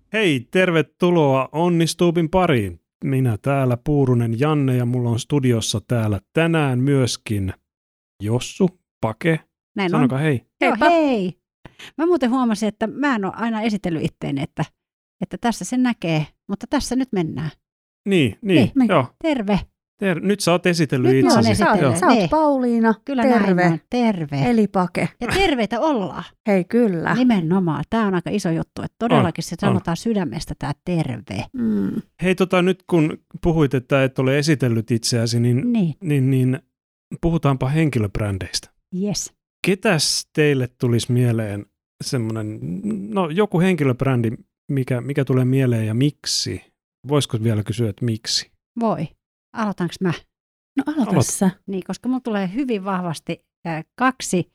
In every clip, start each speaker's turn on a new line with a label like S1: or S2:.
S1: Hei, tervetuloa Onnistuupin pariin. Minä täällä Puurunen Janne ja mulla on studiossa täällä tänään myöskin Jossu, Pake.
S2: Näin
S1: Sanokaa
S2: on.
S1: hei.
S2: Joo, hei. Mä muuten huomasin, että mä en ole aina esitellyt itteeni, että tässä sen näkee, mutta tässä nyt mennään.
S1: Niin. Joo.
S2: Terve.
S1: Nyt sä oot esitellyt
S2: Nyt mä oon
S1: itsesi.
S2: esitellyt.
S1: Joo.
S3: Sä oot Pauliina,
S2: Kyllä
S3: terve.
S2: näin on. Terve.
S3: Eli Pake.
S2: Ja terveitä ollaan.
S3: Hei, kyllä.
S2: Nimenomaan. Tämä on aika iso juttu, että todellakin se
S1: On.
S2: sanotaan sydämestä tämä terve.
S1: Hei, nyt kun puhuit, että et ole esitellyt itseäsi, niin puhutaanpa henkilöbrändeistä.
S2: Yes.
S1: Ketäs teille tulisi mieleen semmoinen, joku henkilöbrändi, mikä tulee mieleen ja miksi? Voisiko vielä kysyä, että miksi?
S2: Voi. Aloitanko mä?
S3: No aloita sä.
S2: Niin, koska mulla tulee hyvin vahvasti kaksi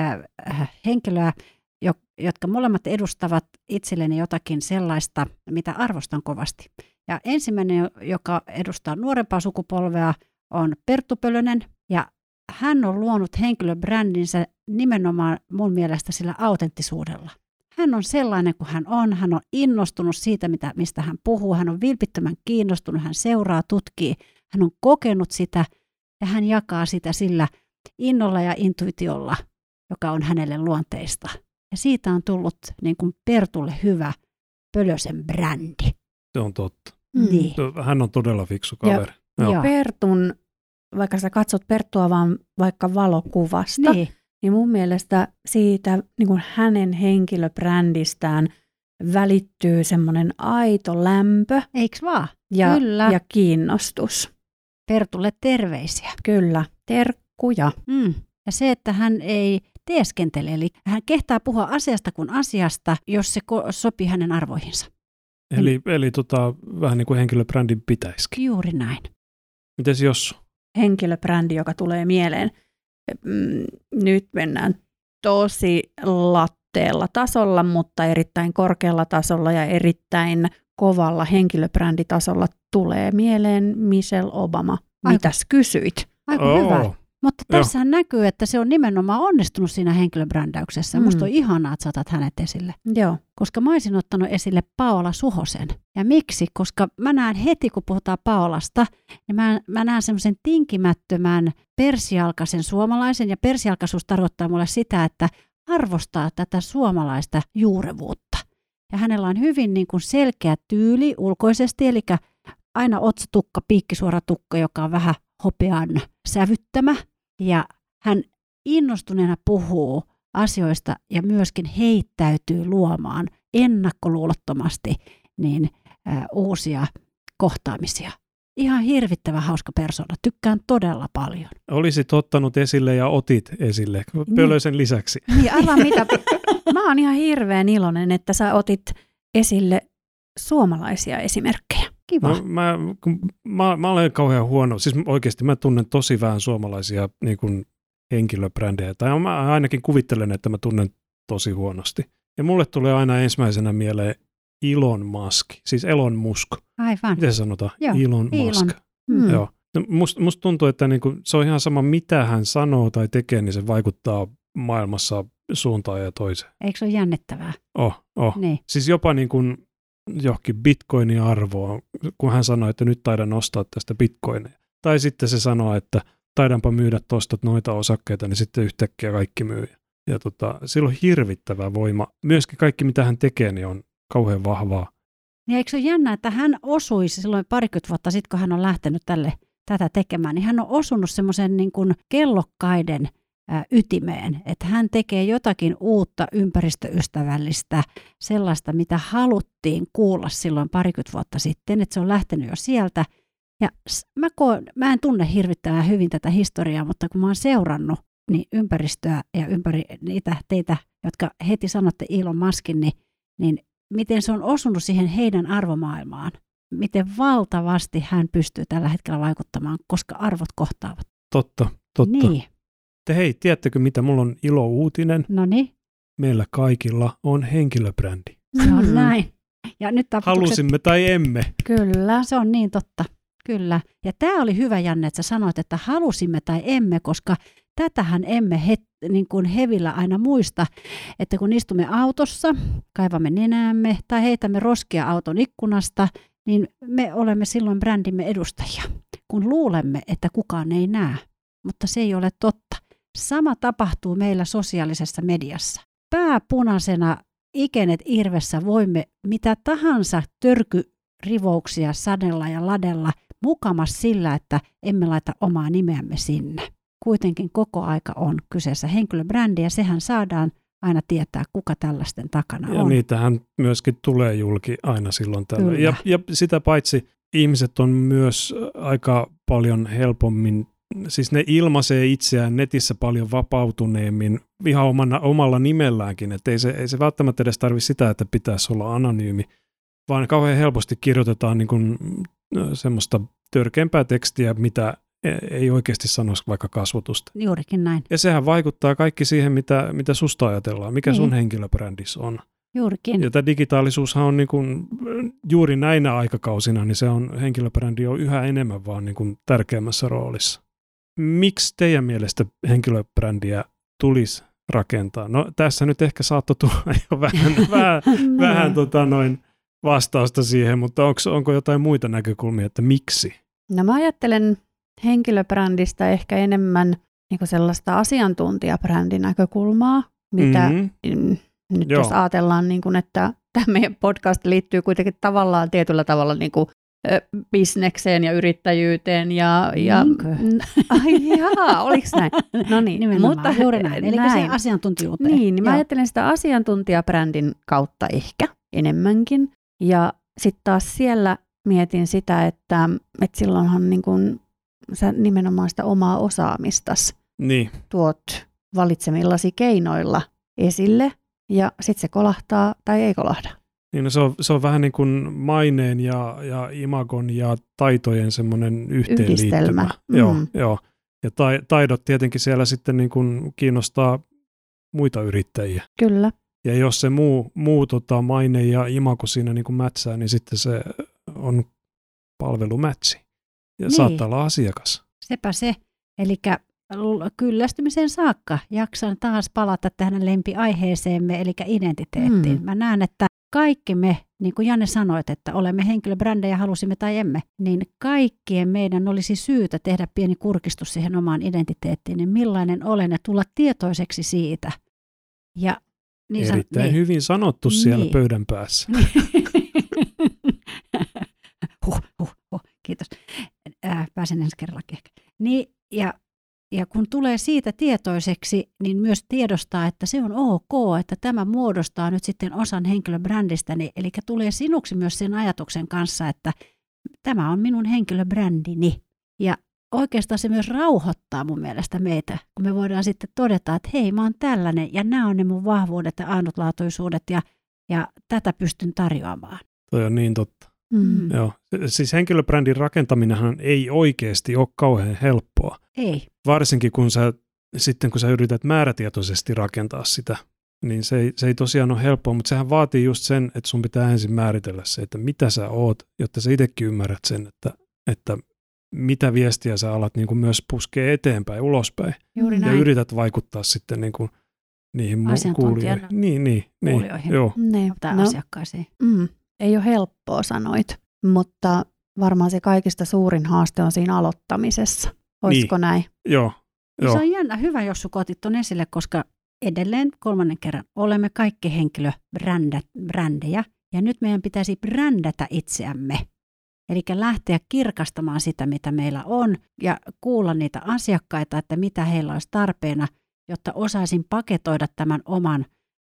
S2: henkilöä, jotka molemmat edustavat itselleni jotakin sellaista, mitä arvostan kovasti. Ja ensimmäinen, joka edustaa nuorempaa sukupolvea, on Perttu Pölönen, ja hän on luonut henkilöbrändinsä nimenomaan mun mielestä sillä autenttisuudella. Hän on sellainen kuin hän on innostunut siitä, mistä hän puhuu, hän on vilpittömän kiinnostunut, hän seuraa, tutkii, hän on kokenut sitä ja hän jakaa sitä sillä innolla ja intuitiolla, joka on hänelle luonteista. Ja siitä on tullut niin kuin Pertulle hyvä Pölösen brändi.
S1: Se on totta.
S2: Niin.
S1: Hän on todella fiksu kaveri.
S2: Joo.
S3: Pertun, vaikka sä katsot Perttua vaan vaikka valokuvasta, niin mun mielestä siitä niin kuin hänen henkilöbrändistään välittyy semmoinen aito lämpö.
S2: Eiks vaan?
S3: Ja,
S2: Kyllä.
S3: ja kiinnostus.
S2: Pertulle terveisiä.
S3: Kyllä, terkkuja.
S2: Ja se, että hän ei teeskentele, eli hän kehtaa puhua asiasta kuin asiasta, jos se sopii hänen arvoihinsa.
S1: Eli vähän niin kuin henkilöbrändin pitäisikin.
S2: Juuri näin.
S1: Mites Jossu?
S3: Henkilöbrändi, joka tulee mieleen. Nyt mennään tosi latteella tasolla, mutta erittäin korkealla tasolla ja erittäin kovalla henkilöbränditasolla tulee mieleen Michelle Obama. Mitäs kysyit?
S2: Aiku hyvä. Mutta tässähän näkyy, että se on nimenomaan onnistunut siinä henkilöbrändäyksessä. Musta on ihanaa, että saatat hänet esille.
S3: Joo.
S2: Koska mä olisin ottanut esille Paola Suhosen. Ja miksi? Koska mä näen heti, kun puhutaan Paolasta, niin mä näen semmoisen tinkimättömän persialkaisen suomalaisen. Ja persialkaisuus tarkoittaa mulle sitä, että arvostaa tätä suomalaista juurevuutta. Ja hänellä on hyvin niin kuin selkeä tyyli ulkoisesti, eli aina otsatukka, piikkisuora tukka, joka on vähän hopean sävyttämä. Ja hän innostuneena puhuu asioista ja myöskin heittäytyy luomaan ennakkoluulottomasti uusia kohtaamisia. Ihan hirvittävän hauska persoona. Tykkään todella paljon.
S1: Olisit ottanut esille ja otit esille Pölösen lisäksi.
S3: Niin, arvaa mitä. Mä oon ihan hirveän iloinen, että sä otit esille suomalaisia esimerkkejä.
S2: Kiva.
S1: No, mä olen kauhean huono. Siis oikeasti mä tunnen tosi vähän suomalaisia niin kuin henkilöbrändejä. Tai mä ainakin kuvittelen, että mä tunnen tosi huonosti. Ja mulle tulee aina ensimmäisenä mieleen Elon Musk. Siis Elon Musk.
S2: Aivan.
S1: Miten sanotaan?
S2: Joo,
S1: Elon Musk. Joo. No, musta tuntuu, että niinku, se on ihan sama, mitä hän sanoo tai tekee, niin se vaikuttaa maailmassa suuntaan ja toiseen.
S2: Eikö se ole jännittävää?
S1: Niin. Siis jopa niin kuin johonkin bitcoinin arvoa, kun hän sanoi, että nyt taidan ostaa tästä bitcoinia. Tai sitten se sanoo, että taidanpa myydä tuosta noita osakkeita, niin sitten yhtäkkiä kaikki myy. Ja sillä on hirvittävä voima. Myöskin kaikki, mitä hän tekee, niin on kauhean vahvaa.
S2: Niin eikö se ole jännä, että hän osuisi silloin parikymmentä vuotta sitten, kun hän on lähtenyt tätä tekemään, niin hän on osunut semmoisen niin kuin kellokkaiden ytimeen, että hän tekee jotakin uutta ympäristöystävällistä, sellaista, mitä haluttiin kuulla silloin parikymmentä vuotta sitten, että se on lähtenyt jo sieltä. Ja mä en tunne hirvittävän hyvin tätä historiaa, mutta kun mä oon seurannut niin ympäristöä ja ympäri niitä teitä, jotka heti sanotte Elon Muskin, niin miten se on osunut siihen heidän arvomaailmaan. Miten valtavasti hän pystyy tällä hetkellä vaikuttamaan, koska arvot kohtaavat.
S1: Totta.
S2: Niin.
S1: Hei, tiedättekö mitä? Mulla on ilouutinen.
S2: Noniin.
S1: Meillä kaikilla on henkilöbrändi.
S2: Se on näin. Ja nyt
S1: halusimme tai emme.
S3: Kyllä.
S2: Se on niin totta. Kyllä. Ja tämä oli hyvä, Janne, että sä sanoit, että halusimme tai emme, koska tätähän emme niin kuin hevillä aina muista, että kun istumme autossa, kaivamme nenäämme tai heitämme roskia auton ikkunasta, niin me olemme silloin brändimme edustajia, kun luulemme, että kukaan ei näe, mutta se ei ole totta. Sama tapahtuu meillä sosiaalisessa mediassa. Pääpunaisena ikenet irvessä voimme mitä tahansa törkyrivouksia sadella ja ladella mukamas sillä, että emme laita omaa nimeämme sinne. Kuitenkin koko aika on kyseessä henkilöbrändi ja sehän saadaan aina tietää, kuka tällaisten takana on.
S1: Ja niitähän myöskin tulee julki aina silloin tällöin. Ja sitä paitsi ihmiset on myös aika paljon helpommin, siis ne ilmaisee itseään netissä paljon vapautuneemmin ihan omalla nimelläänkin, että ei se välttämättä edes tarvitse sitä, että pitäisi olla anonyymi, vaan kauhean helposti kirjoitetaan niin kuin semmoista törkeämpää tekstiä, mitä ei oikeasti sanoisi vaikka kasvotusta.
S2: Juurikin näin.
S1: Ja sehän vaikuttaa kaikki siihen, mitä susta ajatellaan, mikä sun henkilöbrändis on.
S2: Juurikin.
S1: Ja tämä digitaalisuushan on niin kuin, juuri näinä aikakausina, niin se on henkilöbrändi on yhä enemmän vaan niin kuin tärkeämmässä roolissa. Miksi teidän mielestä henkilöbrändiä tulisi rakentaa? No tässä nyt ehkä saattoi tulla jo vähän vastausta siihen, mutta onko jotain muita näkökulmia, että miksi?
S3: No mä ajattelen henkilöbrändistä ehkä enemmän niin kuin sellaista asiantuntijabrändin näkökulmaa, mitä nyt jos ajatellaan, niin kuin, että tämä meidän podcast liittyy kuitenkin tavallaan tietyllä tavalla niin kuin bisnekseen ja yrittäjyyteen. Ai jaa, oliko näin? No niin,
S2: nimenomaan, mutta juuri näin. Eli se asiantuntijuuteen.
S3: Niin mä ajattelen sitä asiantuntijabrändin kautta ehkä enemmänkin. Ja sitten taas siellä mietin sitä, että silloinhan niin kun sä nimenomaan sitä omaa osaamistasi tuot valitsemillasi keinoilla esille, ja sitten se kolahtaa tai ei kolahda.
S1: Niin, no se on vähän niin kuin maineen ja imagon ja taitojen semmoinen yhteenliittymä. Joo. Ja taidot tietenkin siellä sitten niin kuin kiinnostaa muita yrittäjiä.
S3: Kyllä.
S1: Ja jos se muu maine ja imago siinä niin kuin mätsää, niin sitten se on palvelumätsi. Ja saattaa olla asiakas.
S2: Sepä se. Eli kyllästymisen saakka jaksan taas palata tähän lempiaiheeseemme, eli identiteettiin. Mä näen, että kaikki me, niin kuin Janne sanoit, että olemme henkilöbrändejä, halusimme tai emme, niin kaikkien meidän olisi syytä tehdä pieni kurkistus siihen omaan identiteettiin, niin millainen olen ja tulla tietoiseksi siitä. Ja
S1: erittäin hyvin sanottu siellä pöydän päässä.
S2: Kiitos. Pääsen ensi kerrallakin ehkä. Niin, ja kun tulee siitä tietoiseksi, niin myös tiedostaa, että se on ok, että tämä muodostaa nyt sitten osan henkilöbrändistäni. Eli tulee sinuksi myös sen ajatuksen kanssa, että tämä on minun henkilöbrändini. Ja oikeastaan se myös rauhoittaa mun mielestä meitä, kun me voidaan sitten todeta, että hei, mä oon tällainen ja nämä on ne mun vahvuudet ja ainutlaatuisuudet ja tätä pystyn tarjoamaan.
S1: Toi on niin totta. Joo. Siis henkilöbrändin rakentaminenhan ei oikeasti ole kauhean helppoa.
S2: Ei.
S1: Varsinkin kun sä yrität määrätietoisesti rakentaa sitä, niin se ei tosiaan ole helppoa, mutta sehän vaatii just sen, että sun pitää ensin määritellä se, että mitä sä oot, jotta sä itsekin ymmärrät sen, että mitä viestiä sä alat niin kuin myös puskee eteenpäin, ulospäin.
S2: Juuri näin.
S1: Ja yrität vaikuttaa sitten niin kuin niihin kuulijoihin.
S2: Kuulijoihin.
S1: Joo.
S2: Tai asiakkaisiin.
S3: Ei ole helppoa, sanoit, mutta varmaan se kaikista suurin haaste on siinä aloittamisessa. Olisiko näin?
S1: Joo.
S2: Se on jännä, hyvä, jos sä otit ton esille, koska edelleen 3. kerran olemme kaikki henkilöbrändejä ja nyt meidän pitäisi brändätä itseämme. Eli lähteä kirkastamaan sitä, mitä meillä on ja kuulla niitä asiakkaita, että mitä heillä olisi tarpeena, jotta osaisin paketoida tämän oman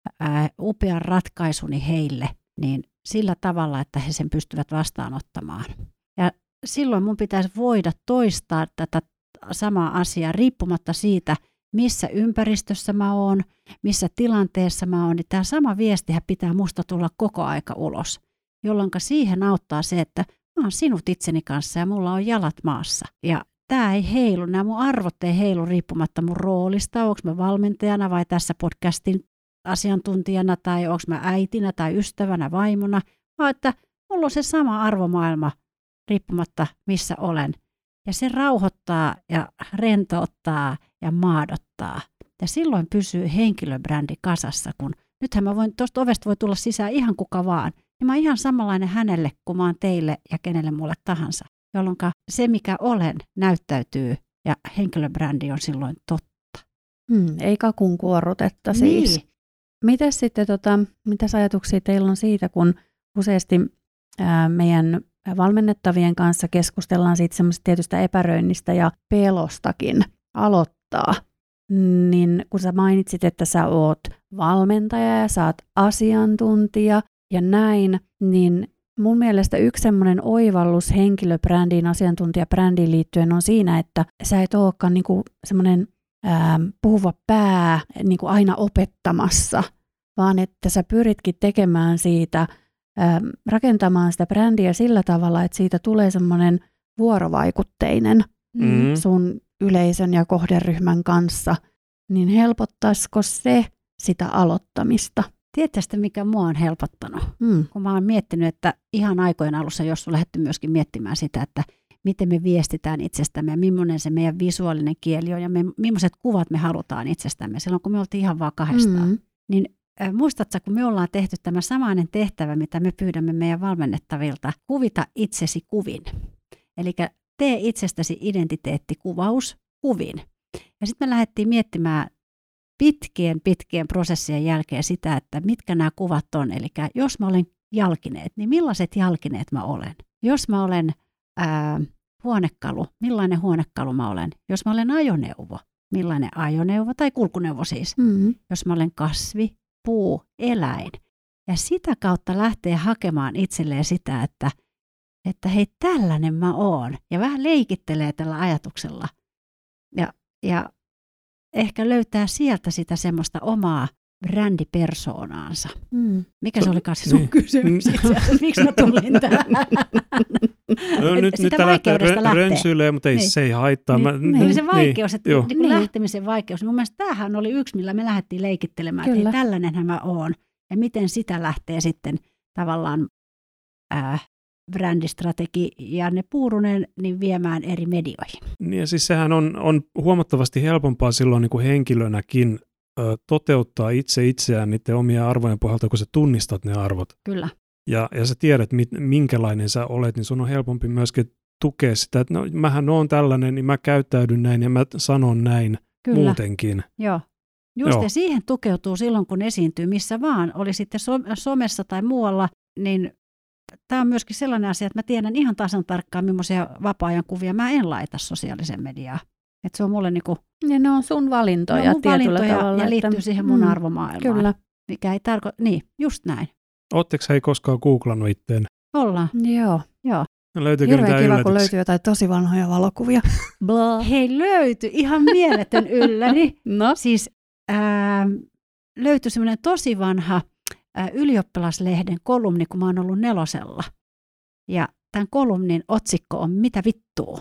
S2: upean ratkaisuni heille, niin sillä tavalla, että he sen pystyvät vastaanottamaan. Ja silloin mun pitäisi voida toistaa tätä samaa asiaa riippumatta siitä, missä ympäristössä mä oon, missä tilanteessa mä oon, niin tämä sama viestihän pitää musta tulla koko aika ulos, jolloin siihen auttaa se, että mä oon sinut itseni kanssa ja mulla on jalat maassa. Ja tämä ei heilu, nämä mun arvot ei heilu riippumatta mun roolista, onko mä valmentajana vai tässä podcastin asiantuntijana tai onko mä äitinä tai ystävänä, vaimona, vaan että mulla on se sama arvomaailma riippumatta missä olen. Ja se rauhoittaa ja rentouttaa ja maadottaa. Ja silloin pysyy henkilöbrändi kasassa, kun nythän tuosta ovesta voi tulla sisään ihan kuka vaan. Ja mä oon ihan samanlainen hänelle kuin mä oon teille ja kenelle mulle tahansa. Jolloin se, mikä olen, näyttäytyy ja henkilöbrändi on silloin totta.
S3: Ei kakun kuorrutetta siis.
S2: Niin.
S3: Mites sitten, mitäs ajatuksia teillä on siitä, kun useasti meidän valmennettavien kanssa keskustellaan siitä semmoisesta tietystä epäröinnistä ja pelostakin aloittaa. Niin kun sä mainitsit, että sä oot valmentaja ja sä oot asiantuntija ja näin, niin mun mielestä yksi semmoinen oivallus henkilöbrändiin, asiantuntijabrändiin liittyen on siinä, että sä et olekaan niinku semmoinen puhuva pää niinku aina opettamassa, vaan että sä pyritkin tekemään siitä, rakentamaan sitä brändiä sillä tavalla, että siitä tulee semmoinen vuorovaikutteinen sun yleisön ja kohderyhmän kanssa, niin helpottaisiko se sitä aloittamista?
S2: Tiedätkö, mikä mua on helpottanut? Kun mä oon miettinyt, että ihan aikojen alussa, jos on lähdetty myöskin miettimään sitä, että miten me viestitään itsestämme ja millainen se meidän visuaalinen kieli on ja millaiset kuvat me halutaan itsestämme silloin, kun me oltiin ihan vaan kahdestaan. Niin muistatko, kun me ollaan tehty tämä samainen tehtävä, mitä me pyydämme meidän valmennettavilta, kuvita itsesi kuvin. Eli tee itsestäsi identiteettikuvaus kuvin. Ja sitten me lähdettiin miettimään pitkien prosessien jälkeen sitä, että mitkä nämä kuvat on. Eli jos mä olen jalkineet, niin millaiset jalkineet mä olen? Jos mä olen huonekalu, millainen huonekalu mä olen? Jos mä olen ajoneuvo, millainen ajoneuvo tai kulkuneuvo siis? Jos mä olen kasvi, puu, eläin. Ja sitä kautta lähtee hakemaan itselleen sitä, että hei, tällainen mä oon. Ja vähän leikittelee tällä ajatuksella. Ja ehkä löytää sieltä sitä semmoista omaa brändipersoonaansa. Mikä se olikaan se sun kysymys? Miksi mä tulin tähän?
S1: No, nyt lähtee rönsyilee, mutta ei, se ei haittaa.
S2: Eli se vaikeus, että niin lähtemisen vaikeus. Mun mielestä tämähän oli yksi, millä me lähdettiin leikittelemään, että hei, tällainenhän mä oon. Ja miten sitä lähtee sitten tavallaan brändistrategia ja ne Puurunen niin viemään eri medioihin.
S1: Niin ja siis sehän on huomattavasti helpompaa silloin niin kuin henkilönäkin toteuttaa itseään niiden omia arvojen pohjalta, kun sä tunnistat ne arvot.
S2: Kyllä.
S1: Ja sä tiedät, minkälainen sä olet, niin sun on helpompi myöskin tukea sitä, että no mähän oon tällainen, niin mä käyttäydyn näin ja mä sanon näin muutenkin.
S2: Joo. Ja siihen tukeutuu silloin, kun esiintyy missä vaan, oli sitten somessa tai muualla, niin tämä on myöskin sellainen asia, että mä tiedän ihan tasan tarkkaan, millaisia vapaa-ajan kuvia mä en laita sosiaalisen mediaan. Että se on mulle niinku...
S3: Ja ne on sun valintoja tietyllä tavalla.
S2: Ja liittyy siihen mun arvomaailmaan.
S3: Kyllä.
S2: Mikä ei niin, just näin.
S1: Ootteko hei koskaan googlannut itteen?
S2: Ollaan.
S3: Joo.
S1: Löytyykö
S3: hirveän kiva, kun löytyy jotain tosi vanhoja valokuvia.
S2: Hei, löytyi ihan mieletön ylläri.
S3: No?
S2: Siis löytyi semmoinen tosi vanha ylioppilaslehden kolumni, kun mä oon ollut 4. Ja tämän kolumnin otsikko on Mitä vittua?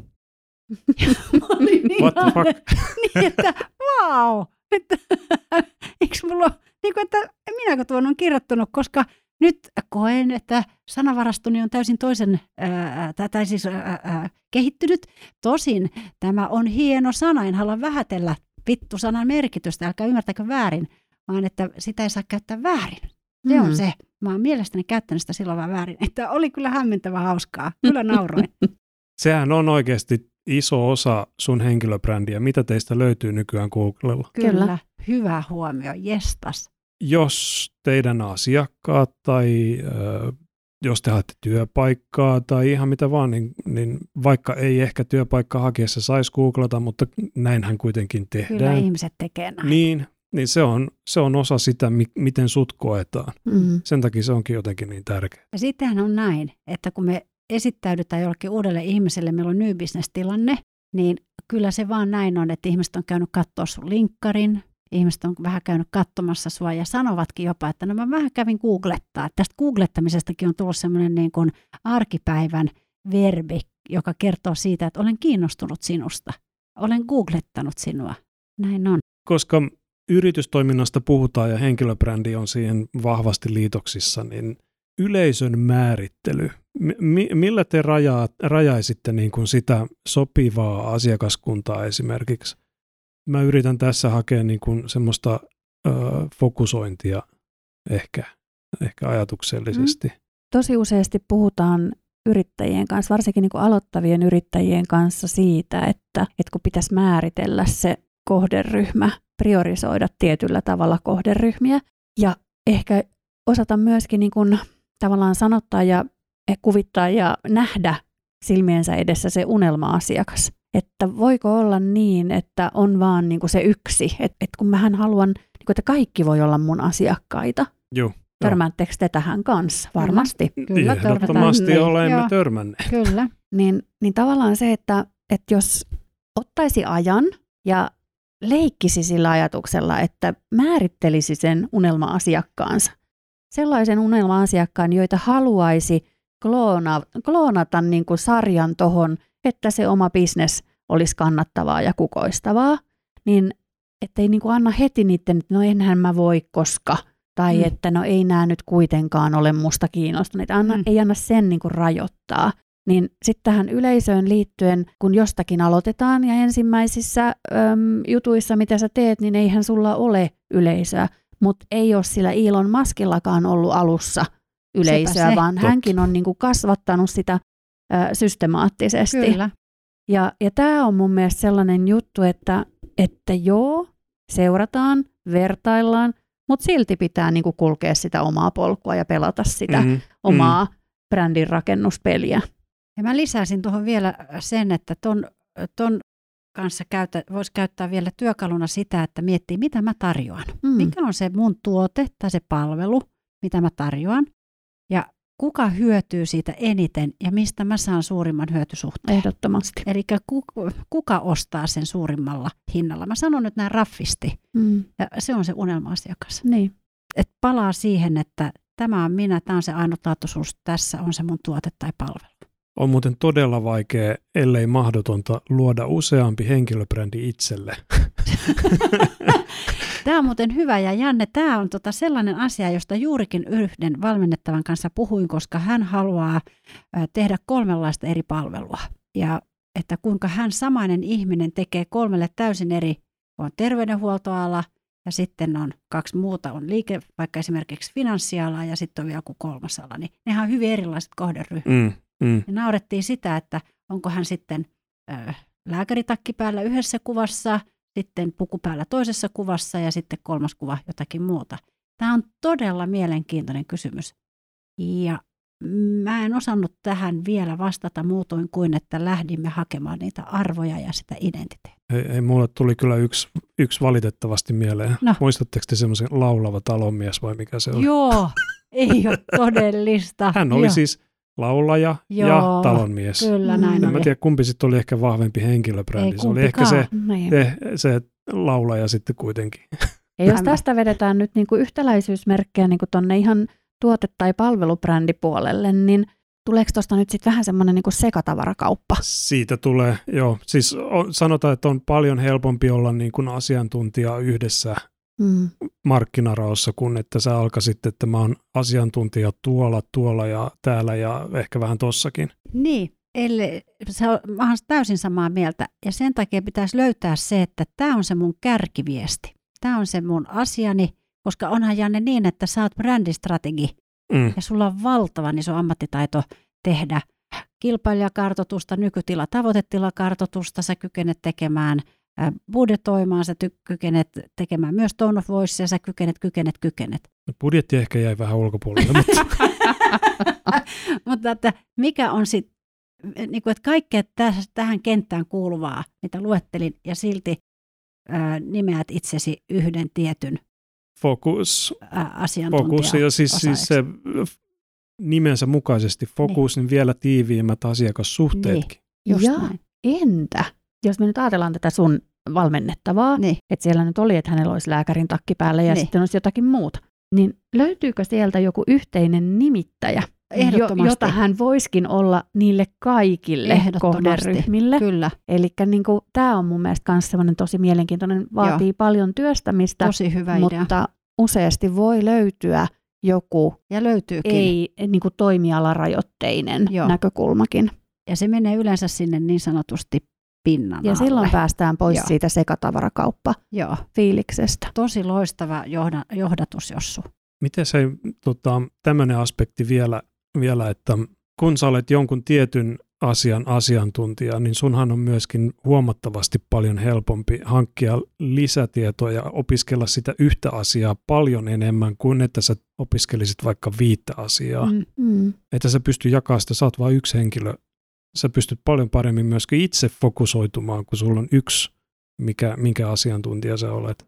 S1: What the fuck?
S2: Niin, että vau! Eikö mulla ole, niin kuin, että minäkö tuon on kirjoittanut, koska nyt koen, että sanavarastoni on täysin toisen, kehittynyt. Tosin tämä on hieno sana, en halua vähätellä vittu-sanan merkitystä, älkää ymmärtäkö väärin, vaan että sitä ei saa käyttää väärin. Se on se. Mä oon mielestäni käyttänyt sitä silloin vähän väärin, että oli kyllä hämmentävän hauskaa. Kyllä nauroin.
S1: Sehän on oikeasti iso osa sun henkilöbrändiä. Mitä teistä löytyy nykyään Googlella?
S2: Kyllä. Hyvä huomio. Jestas.
S1: Jos teidän asiakkaat tai jos te haette työpaikkaa tai ihan mitä vaan, niin vaikka ei ehkä työpaikkaa hakiessa saisi googlata, mutta näinhän kuitenkin tehdään.
S2: Kyllä ihmiset tekee näin.
S1: Niin se on osa sitä, miten sut koetaan. Sen takia se onkin jotenkin niin tärkeää.
S2: Ja sittenhän on näin, että kun me esittäydytään jollekin uudelle ihmiselle, meillä on new business-tilanne, niin kyllä se vaan näin on, että ihmiset on käynyt katsoa sun linkkarin, ihmiset on vähän käynyt katsomassa sua ja sanovatkin jopa, että no mä vähän kävin googlettaa. Tästä googlettamisestakin on tullut semmoinen niin kuin arkipäivän verbi, joka kertoo siitä, että olen kiinnostunut sinusta. Olen googlettanut sinua. Näin on.
S1: Koska yritystoiminnasta puhutaan ja henkilöbrändi on siihen vahvasti liitoksissa, niin yleisön määrittely. Millä te rajaisitte niin kuin sitä sopivaa asiakaskuntaa esimerkiksi? Mä yritän tässä hakea niin kuin semmoista fokusointia ehkä ajatuksellisesti.
S3: Tosi useasti puhutaan yrittäjien kanssa, varsinkin niin kuin aloittavien yrittäjien kanssa siitä, että kun pitäisi määritellä se kohderyhmä, priorisoida tietyllä tavalla kohderyhmiä ja ehkä osata myöskin niin kuin tavallaan sanottaa ja kuvittaa ja nähdä silmiensä edessä se unelma-asiakas. Että voiko olla niin, että on vaan niin kuin se yksi, että kun mähän haluan, niin kuin, että kaikki voi olla mun asiakkaita.
S1: Joo.
S3: Törmäättekö te tähän kanssa? Varmasti.
S2: Kyllä,
S1: ehdottomasti olemme törmänneet.
S2: Kyllä.
S3: Niin tavallaan se, että jos ottaisi ajan ja leikkisi sillä ajatuksella, että määrittelisi sen unelma-asiakkaansa. Sellaisen unelma-asiakkaan, joita haluaisi kloonata niin kuin sarjan tohon, että se oma bisnes olisi kannattavaa ja kukoistavaa, niin ettei niin kuin anna heti niiden, että no enhän mä voi koska, tai että no ei nämä nyt kuitenkaan ole musta kiinnostuneita, ei anna sen niin kuin rajoittaa. Niin sitten tähän yleisöön liittyen, kun jostakin aloitetaan ja ensimmäisissä jutuissa, mitä sä teet, niin eihän sulla ole yleisöä, mutta ei ole sillä Elon Muskillakaan ollut alussa yleisöä, vaan hänkin on niinku kasvattanut sitä systemaattisesti.
S2: Kyllä.
S3: Ja tämä on mun mielestä sellainen juttu, että joo, seurataan, vertaillaan, mutta silti pitää niinku kulkea sitä omaa polkua ja pelata sitä omaa brändin rakennuspeliä.
S2: Ja mä lisäisin tuohon vielä sen, että ton kanssa voisi käyttää vielä työkaluna sitä, että miettii, mitä mä tarjoan. Mikä on se mun tuote tai se palvelu, mitä mä tarjoan. Ja kuka hyötyy siitä eniten ja mistä mä saan suurimman hyötysuhteen.
S3: Ehdottomasti.
S2: Eli kuka ostaa sen suurimmalla hinnalla. Mä sanon nyt näin raffisti. Ja se on se unelma-asiakas.
S3: Niin.
S2: Et palaa siihen, että tämä on minä, tämä on se ainutlaatuisuus, tässä on se mun tuote tai palvelu.
S1: On muuten todella vaikea, ellei mahdotonta, luoda useampi henkilöbrändi itselle.
S2: Tämä on muuten hyvä ja Janne, tämä on sellainen asia, josta juurikin yhden valmennettavan kanssa puhuin, koska hän haluaa tehdä 3 eri palvelua. Ja että kuinka hän samainen ihminen tekee 3 täysin eri, on terveydenhuoltoala ja sitten on 2 muuta, on liike, vaikka esimerkiksi finanssiala ja sitten on vielä joku 3. ala, niin nehän on hyvin erilaiset kohderyhmät. Ja naurettiin sitä, että onko hän sitten lääkäritakki päällä yhdessä kuvassa, sitten puku päällä toisessa kuvassa ja sitten 3. kuva jotakin muuta. Tämä on todella mielenkiintoinen kysymys. Ja mä en osannut tähän vielä vastata muutoin kuin, että lähdimme hakemaan niitä arvoja ja sitä identiteettiä.
S1: Hei, mulle tuli kyllä yksi valitettavasti mieleen.
S2: No.
S1: Muistatteko te semmoisen laulava talonmies vai mikä se oli?
S2: Joo, ei ole todellista.
S1: Hän oli siis laulaja ja talonmies.
S2: Kyllä näin
S1: en mä tiedä, kumpi sitten oli ehkä vahvempi henkilöbrändi. Se oli ehkä se laulaja sitten kuitenkin.
S3: Ja jos tästä vedetään nyt niinku yhtäläisyysmerkkejä niinku tonne ihan tuote- tai palvelubrändipuolelle, niin tuleeko tuosta nyt sitten vähän semmoinen niinku sekatavarakauppa? Siitä
S1: tulee, joo. Siis sanotaan, että on paljon helpompi olla niin kuin asiantuntija yhdessä markkinaraossa, kun että sä alkaisit, että mä oon asiantuntija tuolla ja täällä ja ehkä vähän tossakin.
S2: Niin, mä oon täysin samaa mieltä ja sen takia pitäisi löytää se, että tämä on se mun kärkiviesti. Tämä on se mun asiani, koska onhan Janne niin, että sä oot brändistrategi ja sulla on valtavan iso ammattitaito tehdä kilpailijakartoitusta, nykytila, tavoitetilakartoitusta, sä kykenet tekemään budjetoimaan, sä kykenet tekemään myös tone of voice ja sä kykenet.
S1: No, budjetti ehkä jäi vähän ulkopuolelle, mutta...
S2: mutta että mikä on sitten, niin että kaikkea tähän kenttään kuuluvaa, mitä luettelin, ja silti nimeät itsesi yhden tietyn
S1: Fokus ja siis se nimensä mukaisesti fokus, niin vielä tiiviimmät asiakassuhteetkin.
S2: Niin,
S3: ja näin. Entä, jos me nyt ajatellaan tätä sun valmennettavaa, että siellä nyt oli, että hänellä olisi lääkärin takki päällä ja sitten olisi jotakin muuta, niin löytyykö sieltä joku yhteinen nimittäjä, jota hän voisikin olla niille kaikille kohderyhmille?
S2: Kyllä.
S3: Eli niin tämä on mun mielestä myös semmoinen tosi mielenkiintoinen, vaatii paljon työstämistä,
S2: tosi hyvä idea.
S3: Mutta useasti voi löytyä joku
S2: ja löytyykin.
S3: ei niin kuin toimialarajoitteinen näkökulmakin.
S2: Ja se menee yleensä sinne niin sanotusti pinnan
S3: ja
S2: alle.
S3: silloin päästään pois siitä sekatavarakauppa-fiiliksestä.
S2: Tosi loistava johdatus, Jossu.
S1: Miten se tämmöinen aspekti vielä, että kun sä olet jonkun tietyn asian asiantuntija, niin sunhan on myöskin huomattavasti paljon helpompi hankkia lisätietoa ja opiskella sitä yhtä asiaa paljon enemmän kuin että sä opiskelisit vaikka 5 asiaa. Että sä pystyt jakamaan sitä, sä oot vain yksi henkilö. Sä pystyt paljon paremmin myöskin itse fokusoitumaan, kun sulla on yksi, minkä asiantuntija sä olet.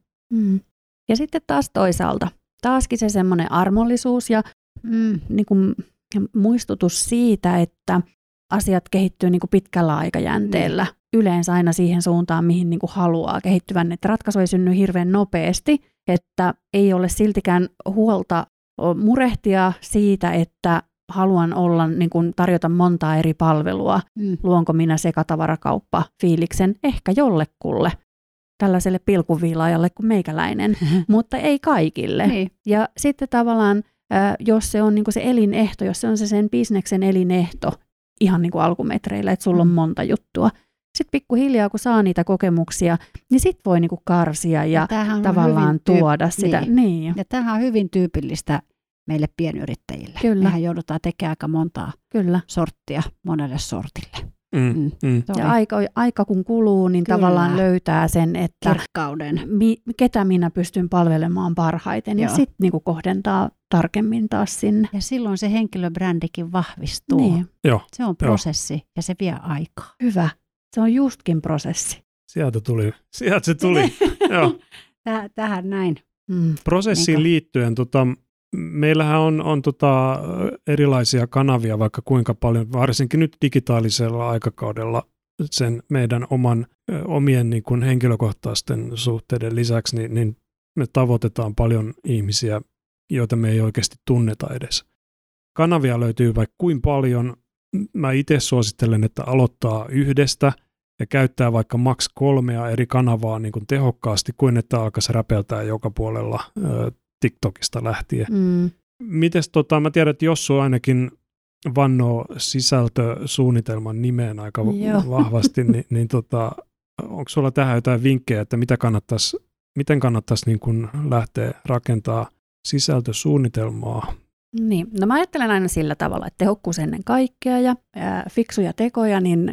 S3: Ja sitten taas toisaalta, taaskin se semmoinen armollisuus ja niin kuin muistutus siitä, että asiat kehittyy niin kuin pitkällä aikajänteellä. Yleensä aina siihen suuntaan, mihin niin kuin haluaa kehittyvän. Että ratkaisu ei synny hirveän nopeasti, että ei ole siltikään huolta murehtia siitä, että haluan olla, niin kuin tarjota montaa eri palvelua. Luonko minä sekatavarakauppa-fiiliksen ehkä jollekulle, tällaiselle pilkunviilaajalle kuin meikäläinen, mutta ei kaikille.
S2: Niin.
S3: Ja sitten tavallaan, jos se on niin kuin se elinehto, jos se on se sen bisneksen elinehto, ihan niin kuin alkumetreillä, että sulla on monta juttua. Sitten pikkuhiljaa, kun saa niitä kokemuksia, niin sitten voi niin kuin karsia ja tavallaan tuoda sitä. Niin.
S2: Ja tämähän on hyvin tyypillistä meille pienyrittäjille.
S3: Kyllä.
S2: Mehän joudutaan tekemään aika montaa sorttia monelle sortille.
S3: Ja aika kun kuluu, niin tavallaan löytää sen, että
S2: kirkkauden.
S3: Ketä minä pystyn palvelemaan parhaiten. Ja sitten niin kuin kohdentaa tarkemmin taas sinne.
S2: Ja silloin se henkilöbrändikin vahvistuu.
S3: Niin.
S2: Se on prosessi ja se vie aikaa.
S3: Hyvä. Se on justkin prosessi.
S1: Sieltä se tuli. Joo.
S2: Tähän näin.
S1: Prosessiin liittyen, meillähän on erilaisia kanavia vaikka kuinka paljon, varsinkin nyt digitaalisella aikakaudella sen meidän omien niin kuin henkilökohtaisten suhteiden lisäksi, niin me tavoitetaan paljon ihmisiä, joita me ei oikeasti tunneta edes. Kanavia löytyy vaikka kuin paljon. Mä itse suosittelen, että aloittaa 1 ja käyttää vaikka maks 3 eri kanavaa niin kuin tehokkaasti, kuin että alkaisi räpeltää joka puolella TikTokista lähtien. Mites mä tiedän, että Jossu ainakin vannoo sisältösuunnitelman nimeen aika vahvasti, niin onko sulla tähän jotain vinkkejä, että miten kannattaisi niin kun lähteä rakentaa sisältösuunnitelmaa?
S3: Niin, no mä ajattelen aina sillä tavalla, että tehokkuus ennen kaikkea ja fiksuja tekoja, niin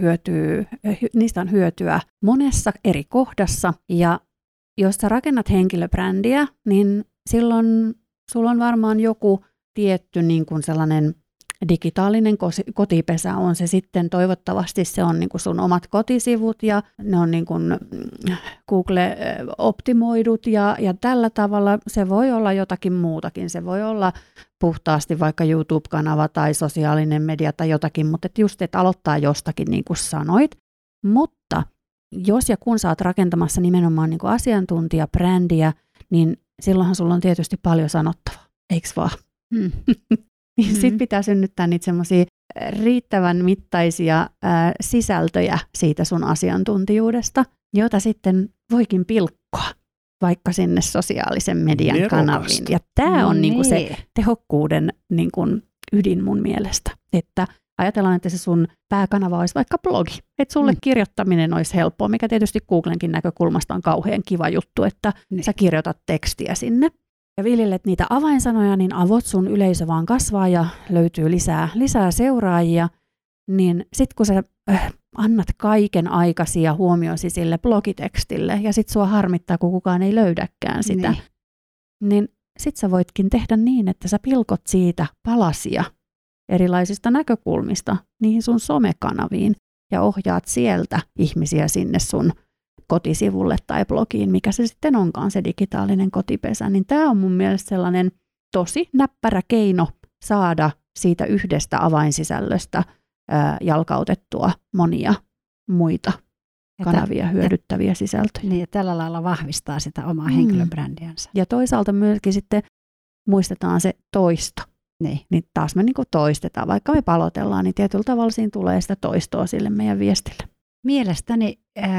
S3: niistä on hyötyä monessa eri kohdassa. Ja jos sä rakennat henkilöbrändiä, niin silloin sulla on varmaan joku tietty niin kuin sellainen digitaalinen kotipesä. On se sitten, toivottavasti se on niin kuin sun omat kotisivut ja ne on niin kuin Google-optimoidut ja tällä tavalla se voi olla jotakin muutakin. Se voi olla puhtaasti vaikka YouTube-kanava tai sosiaalinen media tai jotakin, mutta just että aloittaa jostakin niin kuin sanoit. Mutta jos ja kun sä oot rakentamassa nimenomaan niin kuin asiantuntijabrändiä, niin silloinhan sulla on tietysti paljon sanottavaa, eiks vaan? Sitten pitää synnyttää niitä semmoisia riittävän mittaisia sisältöjä siitä sun asiantuntijuudesta, jota sitten voikin pilkkoa vaikka sinne sosiaalisen median kanaviin. Ja tämä on niinku se tehokkuuden niinku ydin mun mielestä, että ajatellaan, että se sun pääkanava olisi vaikka blogi, että sulle kirjoittaminen olisi helppoa, mikä tietysti Googlenkin näkökulmasta on kauhean kiva juttu, että sä kirjoitat tekstiä sinne ja viljelet niitä avainsanoja, niin sun yleisö vaan kasvaa ja löytyy lisää seuraajia, niin sit kun sä annat kaiken aikasi ja huomioisi sille blogitekstille ja sit sua harmittaa, kun kukaan ei löydäkään sitä, niin sit sä voitkin tehdä niin, että sä pilkot siitä palasia erilaisista näkökulmista niihin sun somekanaviin ja ohjaat sieltä ihmisiä sinne sun kotisivulle tai blogiin, mikä se sitten onkaan se digitaalinen kotipesä. Niin tämä on mun mielestä sellainen tosi näppärä keino saada siitä yhdestä avainsisällöstä jalkautettua monia muita kanavia hyödyttäviä sisältöjä.
S2: Niin, ja tällä lailla vahvistaa sitä omaa henkilöbrändiänsä.
S3: Ja toisaalta myöskin sitten muistetaan se toisto. Niin taas me niinku toistetaan, vaikka me palotellaan, niin tietyllä tavalla siinä tulee sitä toistoa sille meidän viestille.
S2: Mielestäni,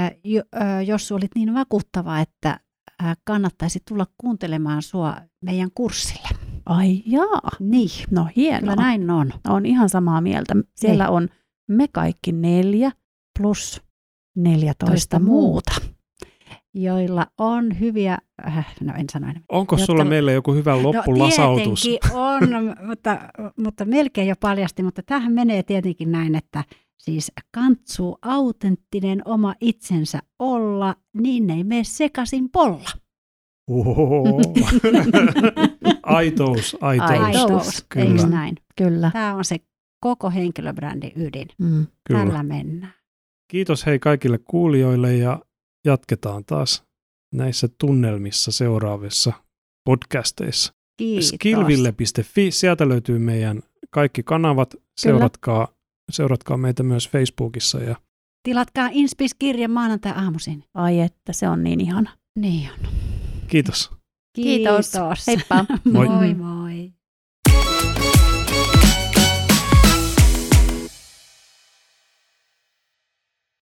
S2: jos olit niin vakuuttava, että kannattaisi tulla kuuntelemaan sua meidän kurssille.
S3: Ai jaa.
S2: Niin,
S3: No hienoa.
S2: kyllä näin on.
S3: On ihan samaa mieltä. Siellä on me kaikki 4 plus 14 muuta.
S2: Joilla on hyviä, no en sano enemmän.
S1: Onko sulla meille joku hyvä loppulasautus?
S2: No tietenkin on, mutta melkein jo paljasti, mutta tämähän menee tietenkin näin, että siis kantsuu autenttinen oma itsensä olla, niin ei mene sekaisin polla.
S1: Aitous.
S2: Eikö näin?
S3: Kyllä.
S2: Tämä on se koko henkilöbrändin ydin.
S1: Kyllä.
S2: Tällä mennään.
S1: Kiitos hei kaikille kuulijoille ja jatketaan taas näissä tunnelmissa seuraavissa podcasteissa.
S2: Kiitos.
S1: Skillville.fi, sieltä löytyy meidän kaikki kanavat. Seuratkaa meitä myös Facebookissa. Ja
S2: Tilatkaa Inspis-kirjan maanantai-aamuisin.
S3: Ai että, se on niin ihana.
S2: Niin on.
S1: kiitos.
S3: Kiitos. Heippa.
S1: Moi.
S2: Moi moi.